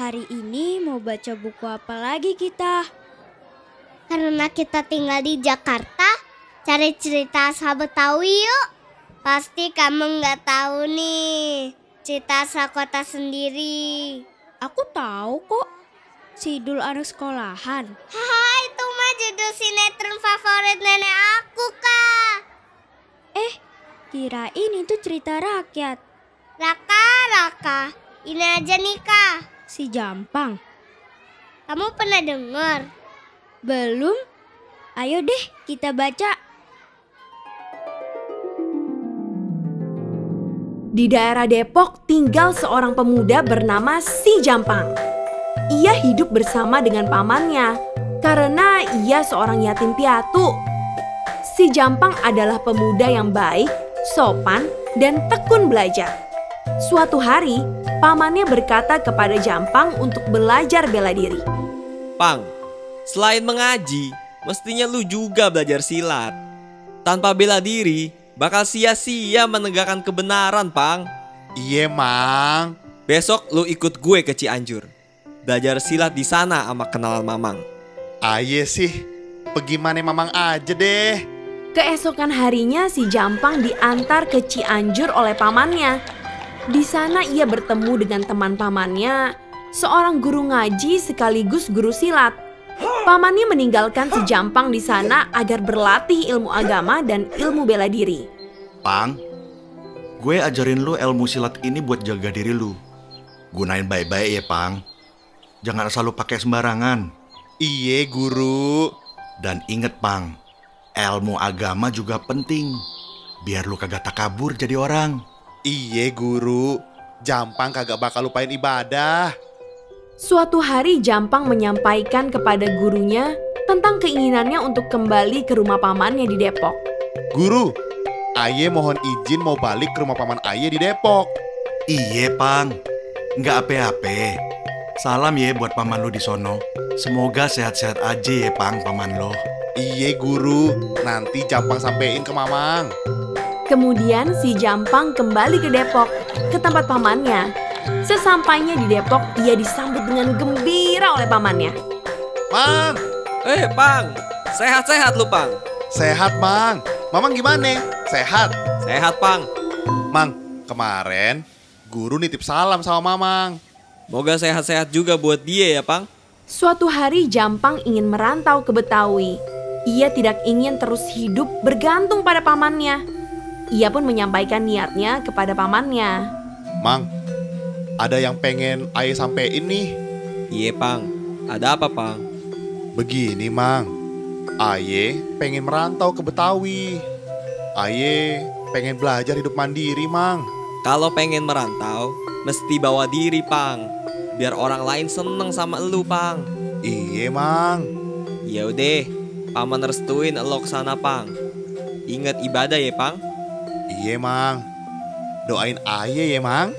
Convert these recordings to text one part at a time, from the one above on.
Hari ini mau baca buku apa lagi kita? Karena kita tinggal di Jakarta, cari cerita asal Betawi yuk. Pasti kamu nggak tahu nih cerita asal kota sendiri. Aku tahu kok, Sidul anak sekolahan. Haha, itu mah judul sinetron favorit nenek aku, Kak. Kirain itu cerita rakyat. Raka, ini aja nih, Kak. Si Jampang. Kamu pernah dengar? Belum? Ayo deh kita baca. Di daerah Depok tinggal seorang pemuda bernama Si Jampang. Ia hidup bersama dengan pamannya karena ia seorang yatim piatu. Si Jampang adalah pemuda yang baik, sopan, dan tekun belajar. Suatu hari, pamannya berkata kepada Jampang untuk belajar bela diri. Pang, selain mengaji, mestinya lu juga belajar silat. Tanpa bela diri, bakal sia-sia menegakkan kebenaran, Pang. Iya, Mang. Besok lu ikut gue ke Cianjur. Belajar silat di sana sama kenalan Mamang. Aye sih, pergi mana Mamang aja deh. Keesokan harinya si Jampang diantar ke Cianjur oleh pamannya. Di sana ia bertemu dengan teman pamannya, seorang guru ngaji sekaligus guru silat. Pamannya meninggalkan si Jampang di sana agar berlatih ilmu agama dan ilmu bela diri. Pang, gue ajarin lu ilmu silat ini buat jaga diri lu. Gunain baik-baik ya, Pang. Jangan asal lu pakai sembarangan. Iye, guru. Dan inget, Pang, ilmu agama juga penting. Biar lu kagak takabur jadi orang. Iye, guru. Jampang kagak bakal lupain ibadah. Suatu hari Jampang menyampaikan kepada gurunya tentang keinginannya untuk kembali ke rumah pamannya di Depok. Guru, Aye mohon izin mau balik ke rumah paman Aye di Depok. Iye, Pang. Nggak ape-ape. Salam ya buat paman lu di sono. Semoga sehat-sehat aja ya, Pang, paman lo. Iye, guru. Nanti Jampang sampein ke Mamang. Kemudian si Jampang kembali ke Depok, ke tempat pamannya. Sesampainya di Depok, ia disambut dengan gembira oleh pamannya. Mang, Pang, sehat-sehat lu, Pang. sehat, Mang. Mamang gimana? Sehat? Sehat, Pang. Mang, kemarin guru nitip salam sama Mamang. Moga sehat-sehat juga buat dia ya, Pang. Suatu hari Jampang ingin merantau ke Betawi. Ia tidak ingin terus hidup bergantung pada pamannya. Ia pun menyampaikan niatnya kepada pamannya. Mang, ada yang pengen Aye sampein nih. Iya, Pang. Ada apa, Pang? Begini, Mang. Aye pengen merantau ke Betawi. Aye pengen belajar hidup mandiri, Mang. Kalau pengen merantau, mesti bawa diri, Pang. Biar orang lain seneng sama elu, Pang. Iya, Mang. Ya udah, paman restuin elo kesana, Pang. Ingat ibadah ya, Pang. Iya, Mang. Doain Aye ya, Mang.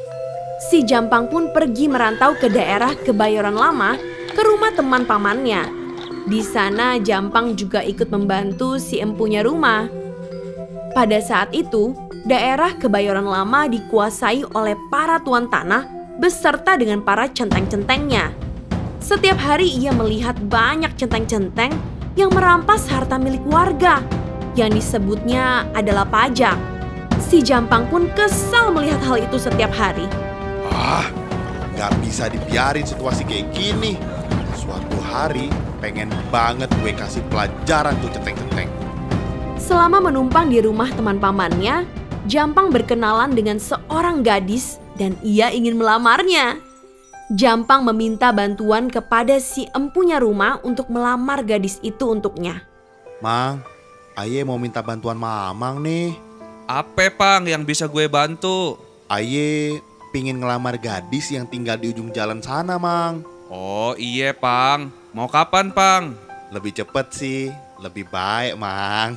Si Jampang pun pergi merantau ke daerah Kebayoran Lama ke rumah teman pamannya. Di sana Jampang juga ikut membantu si empunya rumah. Pada saat itu, daerah Kebayoran Lama dikuasai oleh para tuan tanah beserta dengan para centeng-centengnya. Setiap hari ia melihat banyak centeng-centeng yang merampas harta milik warga yang disebutnya adalah pajak. Si Jampang pun kesal melihat hal itu setiap hari. Gak bisa dibiarin situasi kayak gini. Suatu hari pengen banget gue kasih pelajaran tuh centeng-centeng. Selama menumpang di rumah teman pamannya, Jampang berkenalan dengan seorang gadis dan ia ingin melamarnya. Jampang meminta bantuan kepada si empunya rumah untuk melamar gadis itu untuknya. Mang, Aye mau minta bantuan Mamang nih. Apa, Pang, yang bisa gue bantu? Aye pingin ngelamar gadis yang tinggal di ujung jalan sana, Mang. Oh iya, Pang. Mau kapan, Pang? Lebih cepet sih, lebih baik, Mang.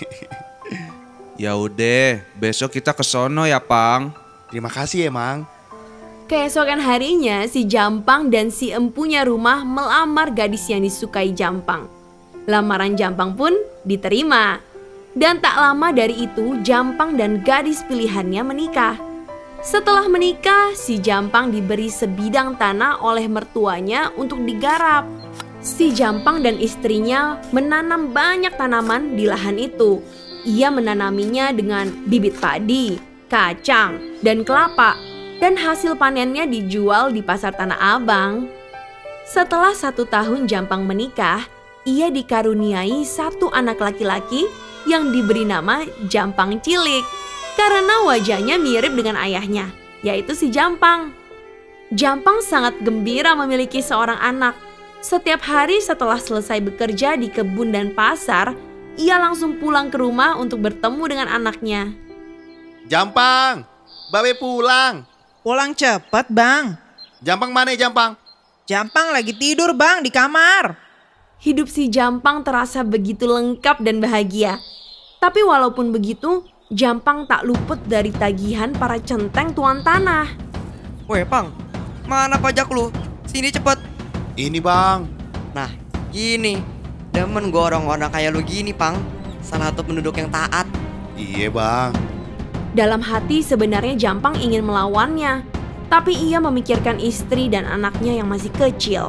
Ya udah, besok kita ke sono ya, Pang. Terima kasih ya, Mang. Keesokan harinya si Jampang dan si empunya rumah melamar gadis yang disukai Jampang. Lamaran Jampang pun diterima. Dan tak lama dari itu Jampang dan gadis pilihannya menikah. Setelah menikah, si Jampang diberi sebidang tanah oleh mertuanya untuk digarap. Si Jampang dan istrinya menanam banyak tanaman di lahan itu. Ia menanaminya dengan bibit padi, kacang, dan kelapa. Dan hasil panennya dijual di pasar Tanah Abang. Setelah 1 tahun Jampang menikah, ia dikaruniai 1 anak laki-laki yang diberi nama Jampang Cilik. Karena wajahnya mirip dengan ayahnya, yaitu si Jampang. Jampang sangat gembira memiliki seorang anak. Setiap hari setelah selesai bekerja di kebun dan pasar, ia langsung pulang ke rumah untuk bertemu dengan anaknya. Jampang, Babe pulang. Pulang cepet, Bang. Jampang mana Jampang? Jampang lagi tidur, Bang, di kamar. Hidup si Jampang terasa begitu lengkap dan bahagia. Tapi walaupun begitu, Jampang tak luput dari tagihan para centeng tuan tanah. Woi Pang, mana pajak lu? Sini cepet. Ini Bang. Nah, gini. Demen gue orang-orang kayak lu gini, Pang. Salah satu penduduk yang taat. Iya Bang. Dalam hati sebenarnya Jampang ingin melawannya, tapi ia memikirkan istri dan anaknya yang masih kecil.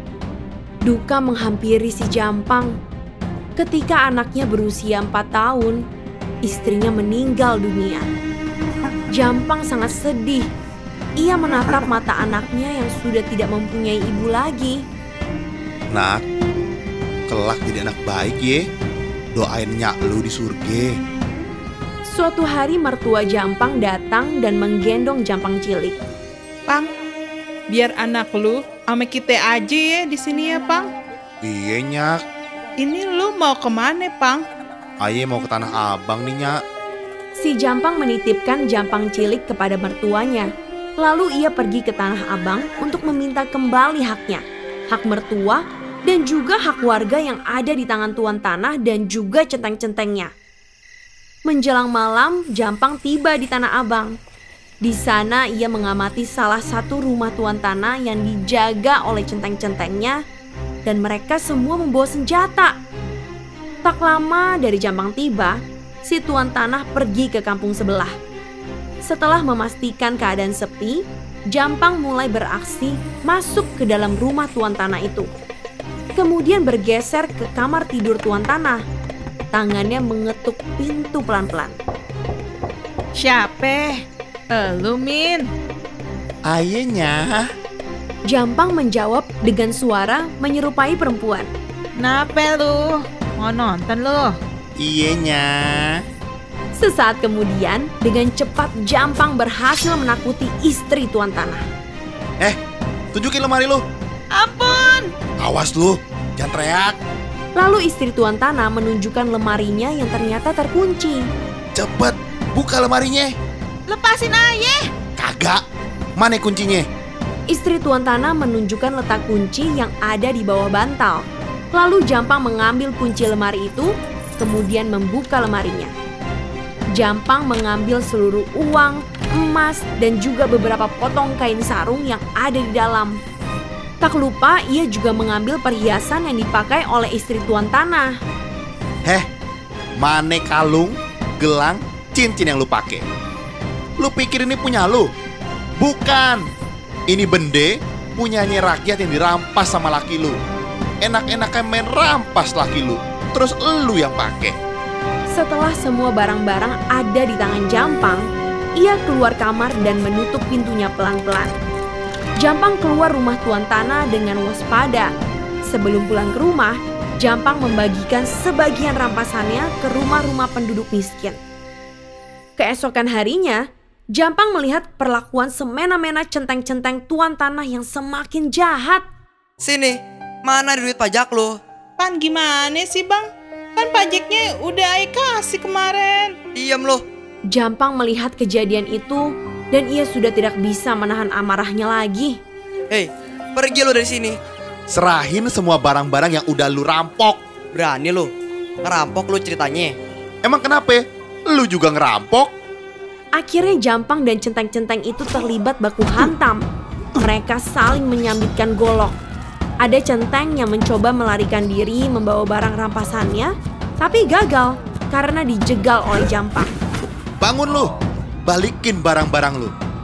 Duka menghampiri si Jampang. Ketika anaknya berusia 4 tahun, istrinya meninggal dunia. Jampang sangat sedih. Ia menatap mata anaknya yang sudah tidak mempunyai ibu lagi. Nak, kelak jadi anak baik ya. Doain nyak lu di surga. Suatu hari mertua Jampang datang dan menggendong Jampang Cilik. Pang, biar anak lu sama kita aja ya di sini ya, Pang. Iya nyak. Ini lu mau kemana, Pang? Aye mau ke Tanah Abang nih nyak. Si Jampang menitipkan Jampang Cilik kepada mertuanya. Lalu ia pergi ke Tanah Abang untuk meminta kembali haknya, hak mertua dan juga hak warga yang ada di tangan tuan tanah dan juga centeng-centengnya. Menjelang malam, Jampang tiba di Tanah Abang. Di sana ia mengamati salah satu rumah tuan tanah yang dijaga oleh centeng-centengnya dan mereka semua membawa senjata. Tak lama dari Jampang tiba, si tuan tanah pergi ke kampung sebelah. Setelah memastikan keadaan sepi, Jampang mulai beraksi masuk ke dalam rumah tuan tanah itu. Kemudian bergeser ke kamar tidur tuan tanah. Tangannya mengetuk pintu pelan-pelan. Siapa? Elu, Min. Aye nyak. Jampang menjawab dengan suara menyerupai perempuan. Kenapa lu? Mau nonton lu? Iya nyak. Sesaat kemudian, dengan cepat Jampang berhasil menakuti istri tuan tanah. Tunjukin lemari lu. Ampun! Awas lu, jangan teriak. Lalu istri tuan tanah menunjukkan lemarinya yang ternyata terkunci. Cepet, buka lemarinya. Lepasin aja! Kagak, mana kuncinya? Istri tuan tanah menunjukkan letak kunci yang ada di bawah bantal. Lalu Jampang mengambil kunci lemari itu, kemudian membuka lemarinya. Jampang mengambil seluruh uang, emas, dan juga beberapa potong kain sarung yang ada di dalam. Tak lupa ia juga mengambil perhiasan yang dipakai oleh istri tuan tanah. Mana kalung, gelang, cincin yang lu pakai? Lu pikir ini punya lu? Bukan. Ini bende punyanya rakyat yang dirampas sama laki lu. Enak-enaknya main rampas laki lu, terus lu yang pakai. Setelah semua barang-barang ada di tangan Jampang, ia keluar kamar dan menutup pintunya pelan-pelan. Jampang keluar rumah tuan tanah dengan waspada. Sebelum pulang ke rumah, Jampang membagikan sebagian rampasannya ke rumah-rumah penduduk miskin. Keesokan harinya, Jampang melihat perlakuan semena-mena centeng-centeng tuan tanah yang semakin jahat. Sini, mana duit pajak lu? Pan gimana sih, Bang? Kan pajaknya udah Ai kasih kemarin. Diam lu. Jampang melihat kejadian itu dan ia sudah tidak bisa menahan amarahnya lagi. Hei, pergi lu dari sini. Serahin semua barang-barang yang udah lu rampok. Berani lu? Ngerampok lu ceritanya. Emang kenapa? Lu juga ngerampok? Akhirnya Jampang dan centeng-centeng itu terlibat baku hantam. Mereka saling menyambitkan golok. Ada centeng yang mencoba melarikan diri membawa barang rampasannya, tapi gagal karena dijegal oleh Jampang. Bangun lu, balikin barang-barang lu.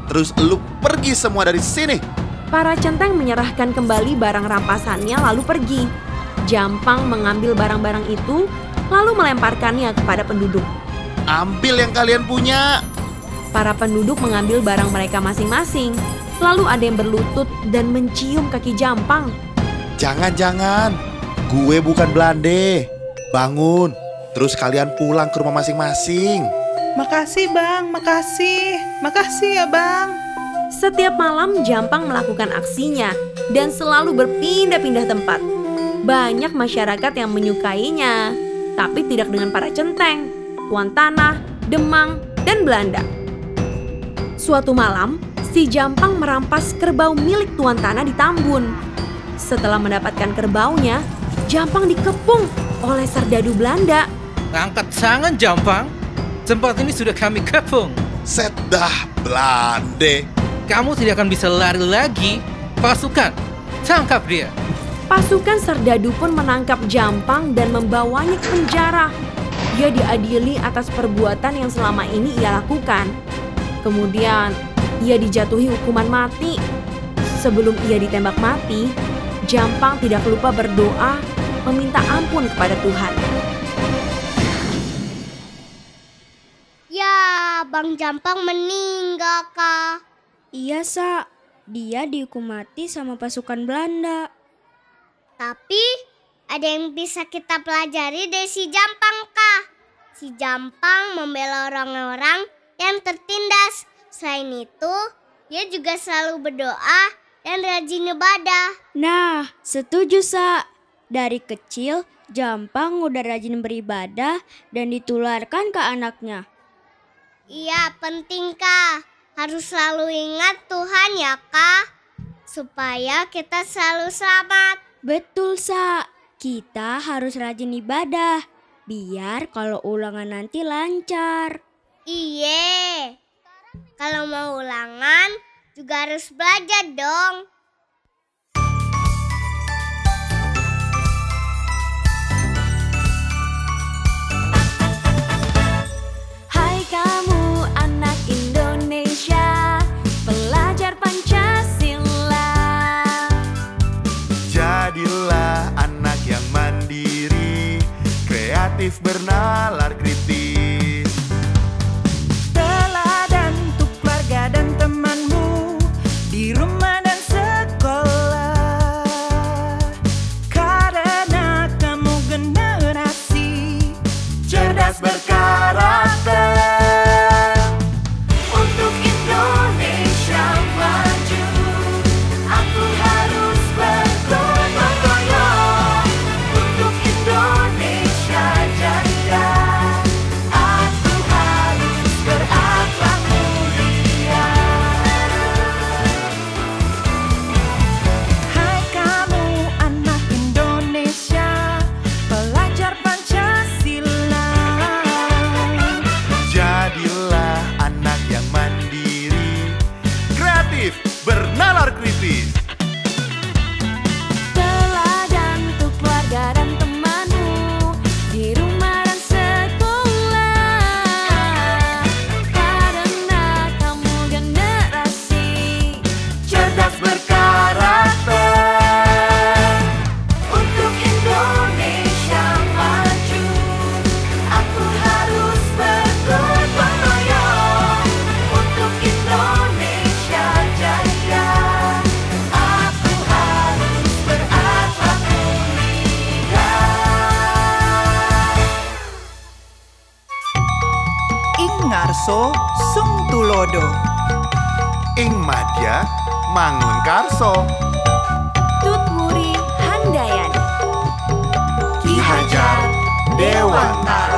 Terus lu pergi semua dari sini. Para centeng menyerahkan kembali barang rampasannya lalu pergi. Jampang mengambil barang-barang itu lalu melemparkannya kepada penduduk. Ambil yang kalian punya. Para penduduk mengambil barang mereka masing-masing. Lalu ada yang berlutut dan mencium kaki Jampang. Jangan-jangan, gue bukan Belande. Bangun, terus kalian pulang ke rumah masing-masing. Makasih bang, makasih. Makasih ya bang. Setiap malam Jampang melakukan aksinya dan selalu berpindah-pindah tempat. Banyak masyarakat yang menyukainya, tapi tidak dengan para centeng, tuan tanah, Demang, dan Belanda. Suatu malam, si Jampang merampas kerbau milik tuan tanah di Tambun. Setelah mendapatkan kerbaunya, Jampang dikepung oleh serdadu Belanda. Angkat tangan Jampang, tempat ini sudah kami kepung. Sedah Belande. Kamu tidak akan bisa lari lagi. Pasukan, tangkap dia. Pasukan serdadu pun menangkap Jampang dan membawanya ke penjara. Dia diadili atas perbuatan yang selama ini ia lakukan. Kemudian, ia dijatuhi hukuman mati. Sebelum ia ditembak mati, Jampang tidak lupa berdoa meminta ampun kepada Tuhan. Ya, Bang Jampang meninggal, Kak. Iya, Sa. Dia dihukum mati sama pasukan Belanda. Tapi ada yang bisa kita pelajari dari si Jampang, Kak. Si Jampang membela orang-orang yang tertindas. Selain itu, dia juga selalu berdoa dan rajin ibadah. Nah, setuju, Sa. Dari kecil, Jampang udah rajin beribadah dan ditularkan ke anaknya. Iya, penting, Kak. Harus selalu ingat Tuhan ya, Kak. Supaya kita selalu selamat. Betul, Sa. Kita harus rajin ibadah. Biar kalau ulangan nanti lancar. Iye. Kalau mau ulangan juga harus belajar dong. Hai kamu anak Indonesia, pelajar Pancasila. Jadilah anak yang mandiri, kreatif bernalar kritis. Teladan untuk keluarga dan temanmu di rumah dan sekolah. Karena kamu generasi cerdas berkarakter. Untuk Indonesia maju, aku harus bergotong royong. Untuk Indonesia jaya, aku harus berakhlak mulia. Hai kamu anak Indonesia, pelajar Pancasila. Jadilah anak yang mandiri, kreatif bernalar kritis. Teladan untuk keluarga dan temanmu di rumah dan sekolah. Karena kamu generasi Cerdas berkarakter. Untuk Indonesia maju, aku harus bergotong royong. Untuk Indonesia jaya, aku harus berakhlak mulia. Ing ngarso sung tulodo. Ing madya mangun karso. Tut Muri Handayani. Ki Hajar Dewantara.